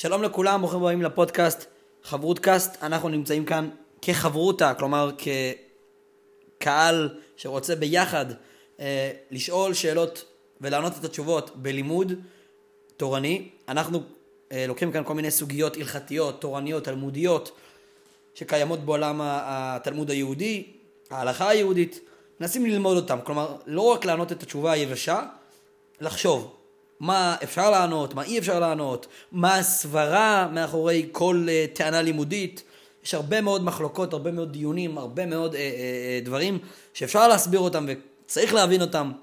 שלום לכולם, ברוכים הבאים לפודקאסט חברותקאסט. אנחנו נמצאים כאן כחברותה, כלומר כקהל שרוצה ביחד לשאול שאלות ולענות את התשובות בלימוד תורני. אנחנו לוקחים כאן כל מיני סוגיות הלכתיות, תורניות, תלמודיות שקיימות בעולם התלמוד היהודי, ההלכה היהודית. מנסים ללמוד אותם, כלומר לא רק לענות את התשובה היבשה, לחשוב מה אפשר לענות, מה אי אפשר לענות, מה הסברה מאחורי כל טענה לימודית. יש הרבה מאוד מחלוקות, הרבה מאוד דיונים, הרבה מאוד דברים שאפשר להסביר אותם וצריך להבין אותם.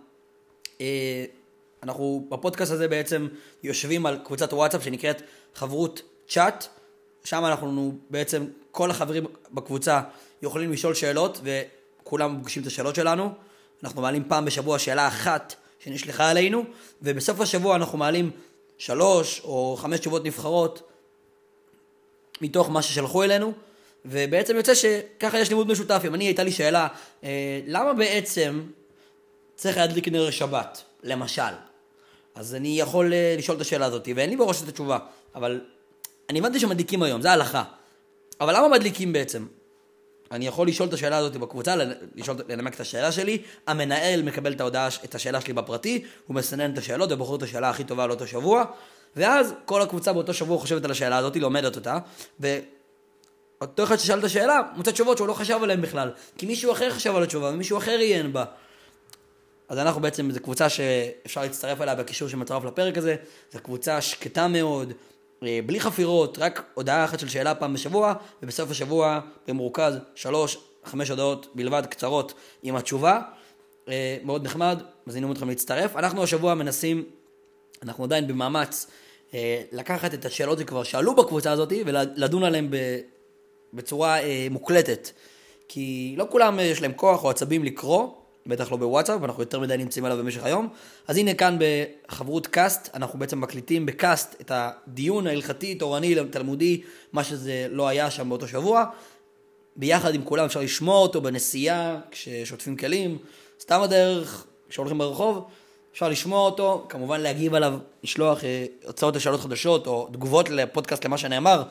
אנחנו בפודקאסט הזה בעצם יושבים על קבוצת וואטסאפ שנקראת חברות צ'אט. שם אנחנו בעצם, כל החברים בקבוצה יכולים לשאול שאלות וכולם פוגשים את השאלות שלנו. אנחנו מעלים פעם בשבוע שאלה אחת שנשלחה עלינו, ובסוף השבוע אנחנו מעלים 3 או 5 תשובות נבחרות מתוך מה ששלחו אלינו, ובעצם יוצא שככה יש לימוד משותף. אם הייתה לי שאלה, למה בעצם צריך להדליק נר שבת, למשל? אז אני יכול לשאול את השאלה הזאת, ואין לי בראש את התשובה, אבל אני הבנתי שמדליקים היום, זה ההלכה. אבל למה מדליקים בעצם? אני יכול לשאול את השאלה הזאת בקבוצה, לנמק את השאלה שלי, המנהל מקבל את השאלה שלי בפרטי, הוא מסנן את השאלות ובוחר את השאלה הכי טובה לאותו שבוע, ואז כל הקבוצה באותו שבוע חושבת על השאלה הזאת, לומדת אותה, ואותו אחד ששאל את השאלה, מוצא תשובות שהוא לא חשב עליהן בכלל, כי מישהו אחר חשב על התשובה, ומישהו אחר עיין בה. אז אנחנו בעצם, זו קבוצה שאפשר להצטרף אליה בקישור שמצרף לפרק הזה, זו קבוצה שקטה מאוד, בלי חפירות, רק הודעה אחת של שאלה פעם בשבוע, ובסוף השבוע במרוכז 3-5 הודעות בלבד קצרות עם התשובה. מאוד נחמד, מזמינים אתכם להצטרף. אנחנו השבוע מנסים, אנחנו עדיין במאמץ לקחת את השאלות שכבר שאלו בקבוצה הזאת ולדון עליהן בצורה מוקלטת, כי לא כולם יש להם כוח או עצבים לקרוא, בטח לא בוואטסאפ, ואנחנו יותר מדי נמצאים עליו במשך היום. אז הנה כאן בחברות קאסט, אנחנו בעצם מקליטים בקאסט את הדיון ההלכתי, תורני, תלמודי, מה שזה לא היה שם באותו שבוע. ביחד עם כולם אפשר לשמוע אותו בנסיעה, כששוטפים כלים, סתם הדרך, כשהולכים ברחוב, אפשר לשמוע אותו, כמובן להגיב עליו, לשלוח הצעות לשאלות חדשות, או תגובות לפודקאסט למה שנאמר,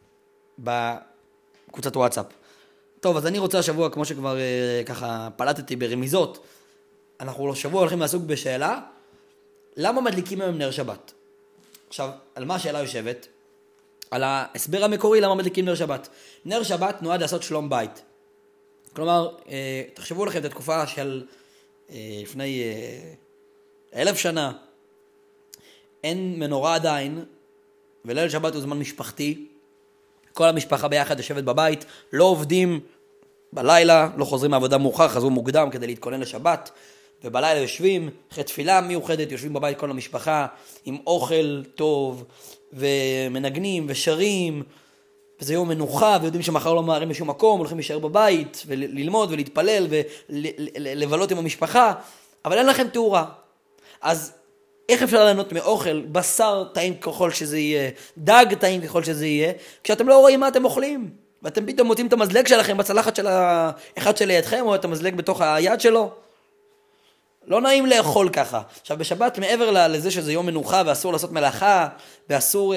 בקבוצת וואטסאפ. טוב, אז אני רוצה השבוע, כמו שכבר ככה פלטתי ברמיזות, אנחנו השבוע הולכים לעסוק בשאלה, למה מדליקים היום נר שבת? עכשיו, על מה השאלה יושבת? על ההסבר המקורי למה מדליקים נר שבת. נר שבת נועד לעשות שלום בית. כלומר, תחשבו לכם את התקופה של לפני 1000 שנה, אין מנורה עדיין, וליל שבת הוא זמן משפחתי, כל המשפחה ביחד יושבת בבית, לא עובדים בלילה, לא חוזרים מעבודה מאוחר, חזרו מוקדם כדי להתכונן לשבת, ובלילה יושבים, אחרי תפילה מיוחדת, יושבים בבית כל המשפחה, עם אוכל טוב, ומנגנים ושרים, וזה יום מנוחה, ויודעים שמחר לא מערים בשום מקום, הולכים להישאר בבית, וללמוד ולהתפלל, ולבלות עם המשפחה, אבל אין לכם תאורה. אז איך אפשר ליהנות מאוכל, בשר טעים ככל שזה יהיה, דג טעים ככל שזה יהיה, כשאתם לא רואים מה אתם אוכלים, ואתם פתאום מוצאים את המזלג שלכם בצלחת של האחד שלידכם, או את המזלג בתוך היד שלו. לא נעים לאכול ככה. עכשיו בשבת, מעבר לזה שזה יום מנוחה, ואסור לעשות מלאכה, ואסור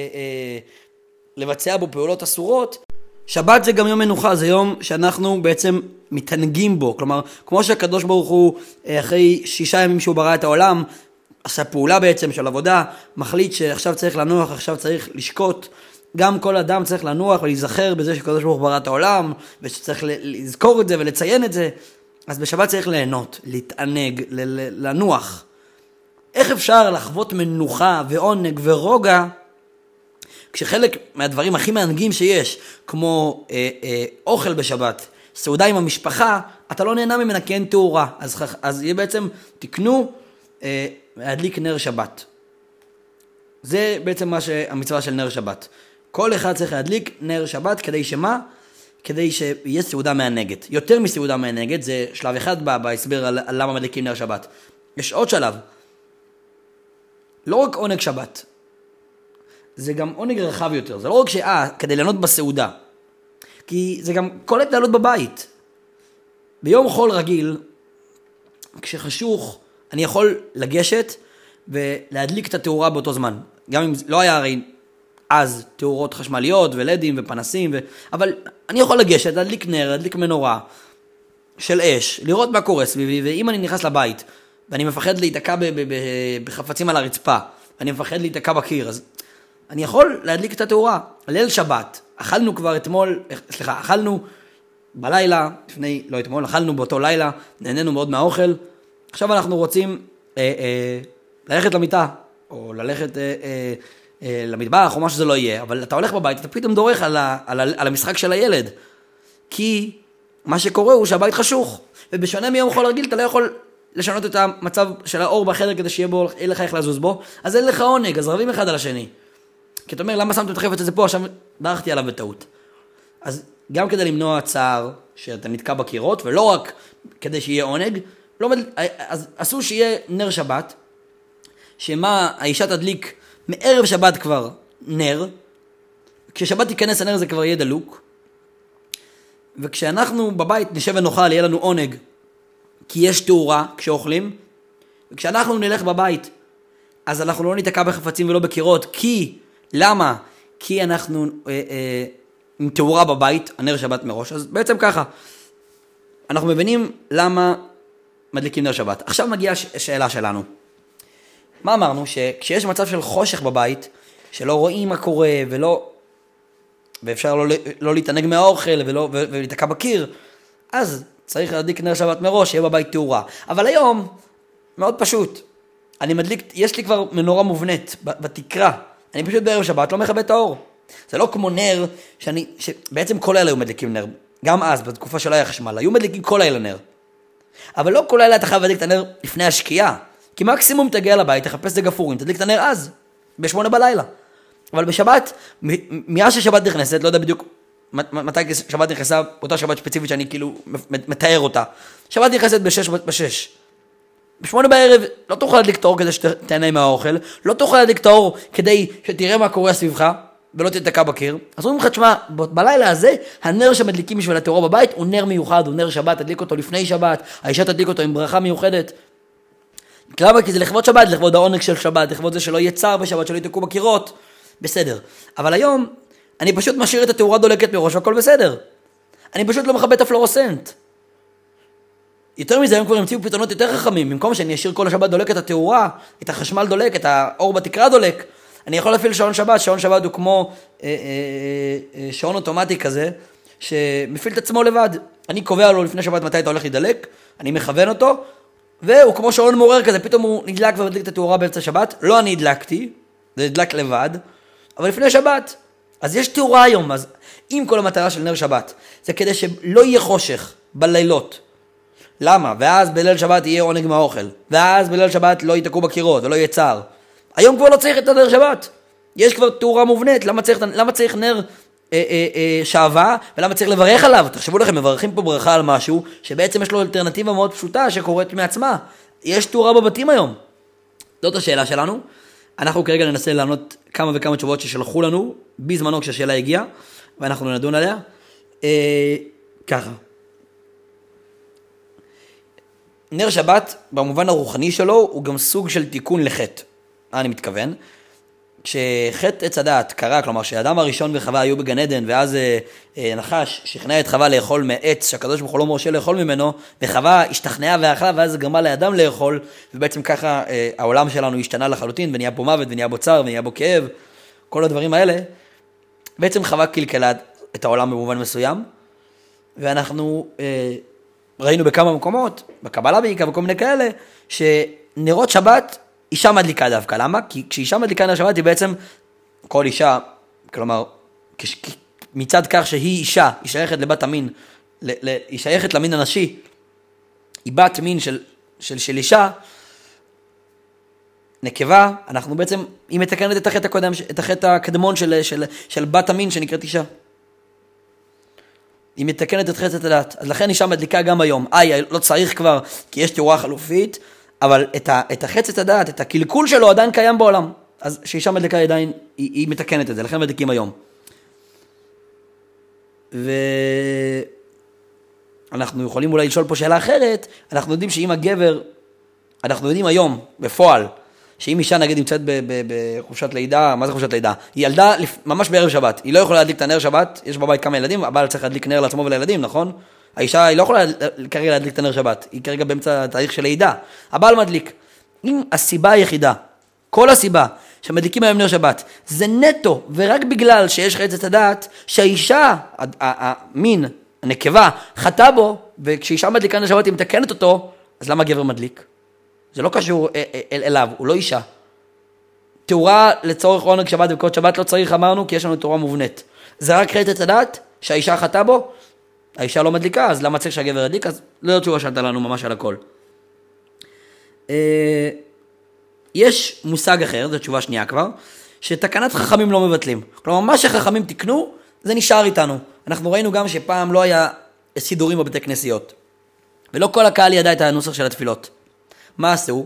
לבצע בו פעולות אסורות, שבת זה גם יום מנוחה, זה יום שאנחנו בעצם מתענגים בו. כלומר, כמו שהקדוש ברוך הוא, אחרי 6 ימים שהוא ברא את העולם, עשה פעולה בעצם של עבודה, מחליט שעכשיו צריך לנוח, עכשיו צריך לשקוט. גם כל אדם צריך לנוח ולהיזכר בזה שקדוש ברוך הוא ברא את העולם, ושצריך לזכור את זה ולציין את זה. אז בשבת צריך ליהנות, להתענג, לנוח. איך אפשר לחוות מנוחה ועונג ורוגע, כשחלק מהדברים הכי מענגים שיש, כמו אוכל בשבת, סעודה עם המשפחה, אתה לא נהנה ממנה כי אין תאורה. אז יהיה בעצם, תקנו להדליק נר שבת. זה בעצם מה שהמצווה של נר שבת. כל אחד צריך להדליק נר שבת כדי שמה? כדי שיהיה סעודה מענגת. יותר מסעודה מענגת, זה שלב אחד בהסבר על למה מדליקים נר שבת. יש עוד שלב. לא רק עונג שבת. זה גם עונג רחב יותר. זה לא רק כדי ליהנות בסעודה. כי זה גם כל התנהלות בבית. ביום חול רגיל, כשחשוך, אני יכול לגשת ולהדליק את התאורה באותו זמן. גם אם לא היה הרי אז תאורות חשמליות ולדים ופנסים, אבל אני יכול לגשת, להדליק נר, להדליק מנורה של אש, לראות מה קורה סביבי, ואם אני נכנס לבית, ואני מפחד להיתקע בחפצים על הרצפה, ואני מפחד להיתקע בקיר, אז אני יכול להדליק את התאורה. ליל שבת, אכלנו כבר אתמול, אכלנו בלילה, לא אתמול, אכלנו באותו לילה, נהנינו מאוד מהאוכל, עכשיו אנחנו רוצים ללכת למיטה, או ללכת למטבח, או מה שזה לא יהיה, אבל אתה הולך בבית, אתה פתאום דורך על המשחק של הילד, כי מה שקורה הוא שהבית חשוך, ובשונה מיום חול רגיל, אתה לא יכול לשנות את המצב של האור בחדר, כדי שיהיה לך איך לזוז בו, אז אין לך עונג, אז רבים אחד על השני. כי אתה אומר, למה שמתם את החפץ הזה פה, עכשיו דרכתי עליו בטעות. אז גם כדי למנוע צער, שאתה נתקע בקירות, ולא רק כדי שיהיה עונג, אז אסור שיהיה נר שבת, שמה האישה תדליק מערב שבת כבר נר, כששבת תיכנס הנר זה כבר יהיה דלוק, וכשאנחנו בבית נשב ונאכל, יהיה לנו עונג, כי יש תאורה כשאוכלים, וכשאנחנו נלך בבית, אז אנחנו לא ניתקע בחפצים ולא בקירות, כי, למה? כי אנחנו עם תאורה בבית, הנר שבת מראש, אז בעצם ככה, אנחנו מבינים למה מדליקים נר שבת. עכשיו מגיעה השאלה שלנו. מה אמרנו? שכשיש מצב של חושך בבית, שלא רואים מה קורה, ואפשר לא להתענג מהאוכל, ולהתקע בקיר, אז צריך להדליק נר שבת מראש, שיהיה בבית תאורה. אבל היום, מאוד פשוט, יש לי כבר מנורה מובנית בתקרה, אני פשוט בערב שבת לא מכבה את האור. זה לא כמו נר, שבעצם כל לילה היו מדליקים נר, גם אז, בתקופה שלא היה חשמל, היו מדליקים כל לילה נר. אבל לא כל לילה אתה חייב להדליק את הנר לפני השקיעה, כי מקסימום תגיע לבית, תחפש את הגפורים, תדליק את הנר אז, ב8 בלילה. אבל בשבת, מאז ששבת נכנסת, לא יודע בדיוק מתי שבת נכנסה, אותה שבת ספציפית שאני כאילו מתאר אותה. שבת נכנסת ב6. ב8 בערב לא תוכל להדליק את האור כדי שתהנה מהאוכל, לא תוכל להדליק את האור כדי שתראה מה קורה סביבך, ולא תתקע בקיר. אז אומרים לך, תשמע, בלילה הזה, הנר שמדליקים בשביל התאורה בבית, הוא נר מיוחד, הוא נר שבת, תדליק אותו לפני שבת, האישה תדליק אותו עם ברכה מיוחדת. למה? כי זה לכבוד שבת, לכבוד העונג של שבת, לכבוד זה שלא יהיה צער בשבת, שלא יתקעו בקירות. בסדר. אבל היום, אני פשוט משאיר את התאורה דולקת מראש, והכל בסדר. אני פשוט לא מכבה את הפלורוסנט. יותר מזה, הם כבר המציאו פתרונות יותר חכמים. במקום שאני אשאיר כל השבת דולק את התאורה, את החשמל דולק, את האור בתקרה דולק, אני יכול להפעיל שעון שבת. שעון שבת הוא כמו שעון אוטומטי כזה, שמפעיל את עצמו לבד. אני קובע לו לפני שבת מתי אתה הולך להידלק, אני מכוון אותו, והוא כמו שעון מעורר כזה, פתאום הוא נדלק ומדליק את התאורה באמצע שבת. לא אני הדלקתי, זה הדלק לבד, אבל לפני שבת. אז יש תאורה היום, אז אם כל המטרה של נר שבת, זה כדי שלא יהיה חושך בלילות. למה? ואז בליל שבת יהיה עונג מהאוכל, ואז בליל שבת לא יתקעו בקירות ולא יהיה צער. היום כבר לא צריך את הנר שבת, יש כבר תאורה מובנית. למה צריך נר שעבה, ולמה צריך לברך עליו? תחשבו לכם, מברכים פה ברכה על משהו שבעצם יש לו אלטרנטיבה מאוד פשוטה שקורית מעצמה. יש תאורה בבתים היום. זאת השאלה שלנו. אנחנו כרגע ננסה לענות כמה וכמה תשובות ששלחו לנו בזמנו כשהשאלה הגיעה, ואנחנו נדון עליה. ככה. נר שבת, במובן הרוחני שלו, הוא גם סוג של תיקון לחטא. אני מתכוון. כשחטא עץ הדעת קרה, כלומר שהאדם הראשון וחווה היו בגן עדן, ואז נחש שכנע את חווה לאכול מעץ שהקדוש ברוך הוא לא מורשה לאכול ממנו, וחווה השתכנעה ואכלה, ואז זה גרמה לאדם לאכול, ובעצם ככה העולם שלנו השתנה לחלוטין, ונהיה בו מוות, ונהיה בו צער, ונהיה בו כאב, כל הדברים האלה. בעצם חווה קלקלה את העולם במובן מסוים, ואנחנו ראינו בכמה מקומות, בקבלה בעיקר וכל מיני כאלה, שנרות שבת אישה מדליקה דווקא. למה? כי כשאישה מדליקה נר שבת היא בעצם, כל אישה, כלומר, מצד כך שהיא אישה, היא שייכת לבת המין, היא שייכת למין הנשי, היא בת מין של אישה, נקבה, אנחנו בעצם, היא מתקנת את החטא הקדמון של בת המין שנקראת אישה. היא מתקנת את חטא הדת. אז לכן אישה מדליקה גם היום. לא צריך כבר, כי יש תאורה חלופית, אבל את החצת הדעת, את הקלקול שלו עדיין קיים בעולם. אז שאישה מדליקה עדיין, היא מתקנת את זה, לכן מדליקים היום. ואנחנו יכולים אולי לשאול פה שאלה אחרת, אנחנו יודעים שאם הגבר, אנחנו יודעים היום, בפועל, שאם אישה נגיד נמצאת בחופשת לידה, מה זה חופשת לידה? היא ילדה ממש בערב שבת, היא לא יכולה להדליק את הנר שבת, יש בבית כמה ילדים, הבעל צריך להדליק נר לעצמו ולילדים, נכון? האישה היא לא יכולה כרגע להדליק את הנר שבת, היא כרגע באמצע התהליך של לידה, הבעל מדליק. אם הסיבה היחידה, כל הסיבה שמדליקים היום נר שבת, זה נטו, ורק בגלל שיש חטאת הדעת, שהאישה, המין, הנקבה, חטא בו, וכשאישה מדליקה נר שבת היא מתקנת אותו, אז למה גבר מדליק? זה לא קשור אליו, הוא לא אישה. תאורה לצורך עונג שבת ובקוד שבת לא צריך, אמרנו, כי יש לנו תאורה מובנית. זה רק חטאת הדעת שהאישה חטא בו, האישה לא מדליקה, אז למה צריך שהגבר ידליק? אז לא תשובה שאלת לנו ממש על הכל. יש מושג אחר, זו תשובה שנייה כבר, שתקנת חכמים לא מבטלים. כלומר, מה שחכמים תקנו, זה נשאר איתנו. אנחנו ראינו גם שפעם לא היה סידורים בבתי כנסיות. ולא כל הקהל ידע את הנוסח של התפילות. מה עשו?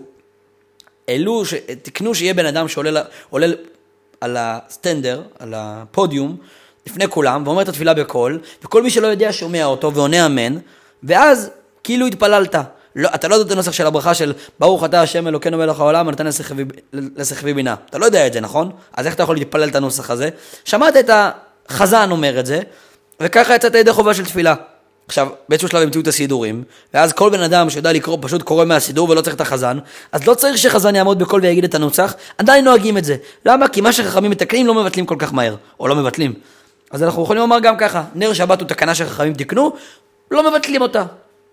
תקנו שיהיה בן אדם שעולה על הסטנדר, על הפודיום, לפני כולם, ואומר את התפילה בקול, וכל מי שלא יודע שומע אותו ועונה אמן, ואז כאילו התפללת. לא, אתה לא יודע את הנוסח של הברכה של ברוך אתה השם אלוקינו מלך העולם ונתן לשכבי בינה. אתה לא יודע את זה, נכון? אז איך אתה יכול להתפלל את הנוסח הזה? שמעת את החזן אומר את זה, וככה יצאת ידי חובה של תפילה. עכשיו, באיזשהו שלב המציאו את הסידורים, ואז כל בן אדם שיודע לקרוא פשוט קורא מהסידור ולא צריך את החזן, אז לא צריך שחזן יעמוד בקול ויגיד את הנוסח, עדיין נוהגים את זה. למה? כי מה שחכמים מתקנים לא מבטלים כל כך מהר, או לא מבטלים. אז אנחנו יכולים לומר גם ככה, נר שבת הוא תקנה שחכמים תקנו, לא מבטלים אותה.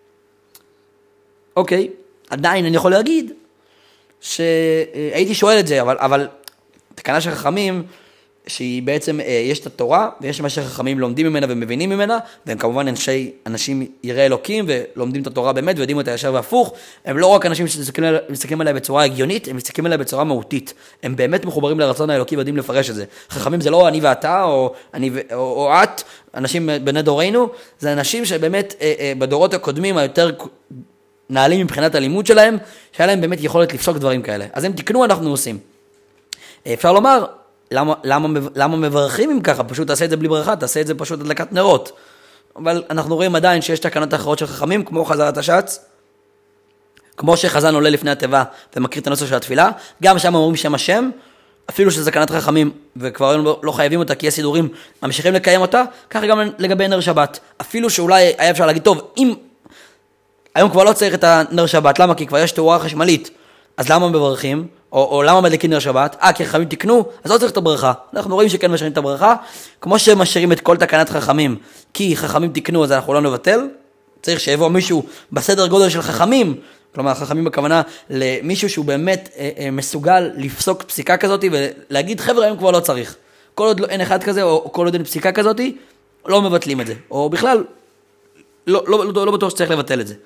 אוקיי, עדיין אני יכול להגיד שהייתי שואל את זה, אבל תקנה של חכמים, שהיא בעצם, יש את התורה, ויש מה שחכמים לומדים ממנה ומבינים ממנה, והם כמובן אנשים יראי אלוקים, ולומדים את התורה באמת, ויודעים אותה ישר והפוך, הם לא רק אנשים שמסתכלים עליה בצורה הגיונית, הם מסתכלים עליה בצורה מהותית, הם באמת מחוברים לרצון האלוקי ויודעים לפרש את זה. חכמים זה לא אני ואתה, או את, אנשים בני דורנו, זה אנשים שבאמת בדורות הקודמים היותר נעלים מבחינת הלימוד שלהם, שהיה להם באמת יכולת לפסוק דברים כאלה. אז הם תקנו, אנחנו עושים. אפשר לומר, למה מברכים אם ככה? פשוט תעשה את זה בלי ברכה, תעשה את זה פשוט הדלקת נרות. אבל אנחנו רואים עדיין שיש תקנות אחרות של חכמים, כמו חזרת השץ, כמו שחזן עולה לפני התיבה ומקריא את הנושא של התפילה, גם שם אומרים שם השם, אפילו שזה תקנת חכמים, וכבר לא חייבים אותה, כי יש סידורים, ממשיכים לקיים אותה, ככה גם לגבי נר שבת. אפילו שאולי היה אפשר להגיד, טוב, אם היום כבר לא צריך את הנר שבת, למה? כי כבר יש תאורה חשמלית, אז למה מברכים? או למה מדליקים נר שבת? כי חכמים תקנו, אז לא צריך את הברכה. אנחנו רואים שכן משאירים את הברכה, כמו שמשאירים את כל תקנת חכמים, כי חכמים תקנו, אז אנחנו לא נבטל. צריך שיבוא מישהו בסדר גודל של חכמים, כלומר חכמים בכוונה למישהו שהוא באמת מסוגל לפסוק פסיקה כזאת, ולהגיד חבר'ה היום כבר לא צריך. כל עוד אין אחד כזה, או כל עוד אין פסיקה כזאת, לא מבטלים את זה. או בכלל, לא בטוח שצריך לבטל את זה.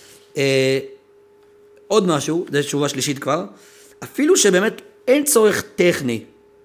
עוד משהו, זו תשובה שלישית כבר, אפילו שבאמת אין צורך טכני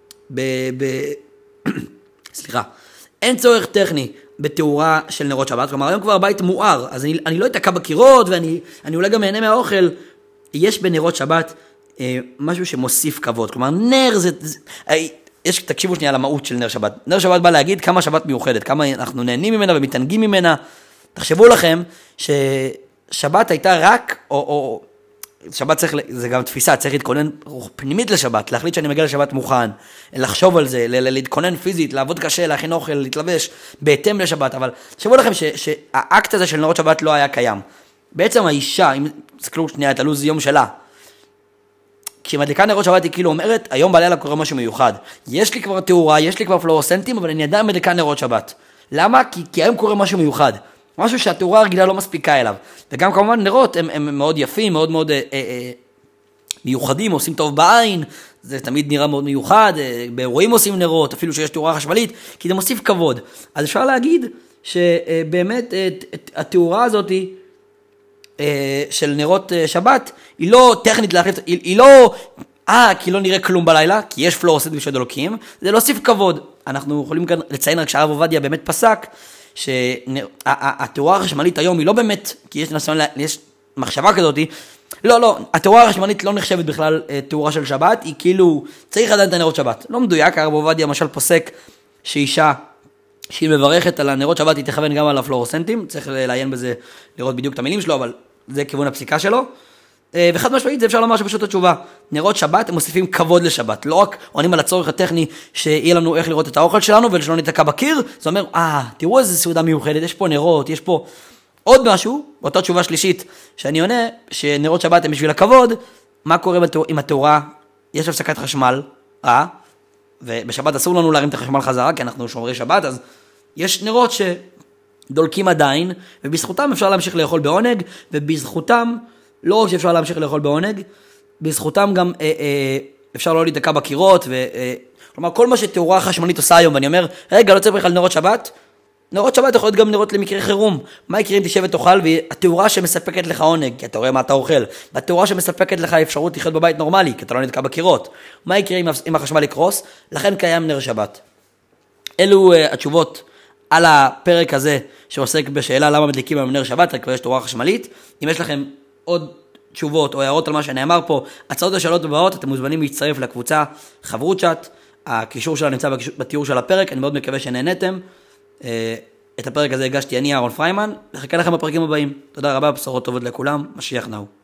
סליחה, אין צורך טכני בתאורה של נרות שבת, כלומר היום כבר הבית מואר, אז אני לא אתעקע בקירות, ואני אולי גם מהנה מהאוכל. יש בנרות שבת משהו שמוסיף כבוד, כלומר נר תקשיבו שנייה למהות של נר שבת. נר שבת בא להגיד כמה שבת מיוחדת, כמה אנחנו נהנים ממנה ומתענגים ממנה. תחשבו לכם ששבת הייתה רק, או שבת צריך, זה גם תפיסה, צריך להתכונן פנימית לשבת, להחליט שאני מגיע לשבת מוכן, לחשוב על זה, להתכונן פיזית, לעבוד קשה, להכין אוכל, להתלבש, בהתאם לשבת. אבל תחשבו לכם שהאקט הזה של נרות שבת לא היה קיים. בעצם האישה, אם תסתכלו שנייה את הלו"ז יום שלה, כשמדליקה נרות שבת היא כאילו אומרת, היום בלילה קורה משהו מיוחד. יש לי כבר תאורה, יש לי כבר פלורוסנטים, אבל אני עדיין מדליקה נרות שבת. למה? כי היום קורה משהו מיוחד. משהו שהתאורה הרגילה לא מספיקה אליו. וגם כמובן נרות הם מאוד יפים, מאוד מאוד מיוחדים, עושים טוב בעין, זה תמיד נראה מאוד מיוחד, באירועים עושים נרות, אפילו שיש תאורה חשמלית, כי זה מוסיף כבוד. אז אפשר להגיד שבאמת התאורה הזאת של נרות שבת, היא לא טכנית להחליט, היא לא, כי לא נראה כלום בלילה, כי יש פלורוסנט בשביל אלוקים, זה להוסיף כבוד. אנחנו יכולים כאן לציין רק שהרב עובדיה באמת פסק, שהתאורה החשמלית היום היא לא באמת, כי יש מחשבה כזאת, לא, התאורה החשמלית לא נחשבת בכלל תאורה של שבת, היא כאילו, צריך עדיין את הנרות שבת. לא מדויק, הרב עובדיה למשל פוסק שאישה, שהיא מברכת על הנרות שבת, היא תכוון גם על הפלורוסנטים, צריך לעיין בזה, לראות בדיוק את המילים שלו, אבל זה כיוון הפסיקה שלו. וחד משמעית זה אפשר לומר שפשוט התשובה. נרות שבת הם מוסיפים כבוד לשבת. לא רק עונים על הצורך הטכני שיהיה לנו איך לראות את האוכל שלנו ולשלא ניתקע בקיר, זה אומר, תראו איזה סעודה מיוחדת, יש פה נרות, יש פה עוד משהו. באותה תשובה שלישית שאני עונה, שנרות שבת הם בשביל הכבוד, מה קורה עם התאורה? יש הפסקת חשמל, ובשבת אסור לנו להרים את החשמל חזרה, כי אנחנו שומרי שבת, אז יש נרות שדולקים עדיין, ובזכותם אפשר להמשיך לאכול בעונג, ובזכותם לא רק שאפשר להמשיך לאכול בעונג, בזכותם גם אפשר לא להיתקע בקירות, כלומר כל מה שתאורה חשמלית עושה היום, ואני אומר, רגע, לא צריך על נרות שבת, נרות שבת יכול להיות גם נרות למקרה חירום. מה יקרה אם תשב ותאכל, והתאורה שמספקת לך עונג, כי אתה רואה מה אתה אוכל, והתאורה שמספקת לך אפשרות לחיות בבית נורמלי, כי אתה לא נתקע בקירות. מה יקרה אם החשמל יקרוס? לכן קיים נר שבת. אלו התשובות על הפרק הזה, שעוסק בשאלה למה מדליקים עם נר שבת, רק יש תאורה חשמלית. אם יש לכם עוד תשובות או הערות על מה שנאמר פה, הצעות ושאלות הבאות, אתם מוזמנים להצטרף לקבוצה חברות צ'אט, הקישור שלה נמצא בתיאור של הפרק, אני מאוד מקווה שנהנתם. את הפרק הזה הגשתי אני אהרון פריימן, וחכה לכם בפרקים הבאים. תודה רבה, בשורות טובות לכולם, משיח נאו.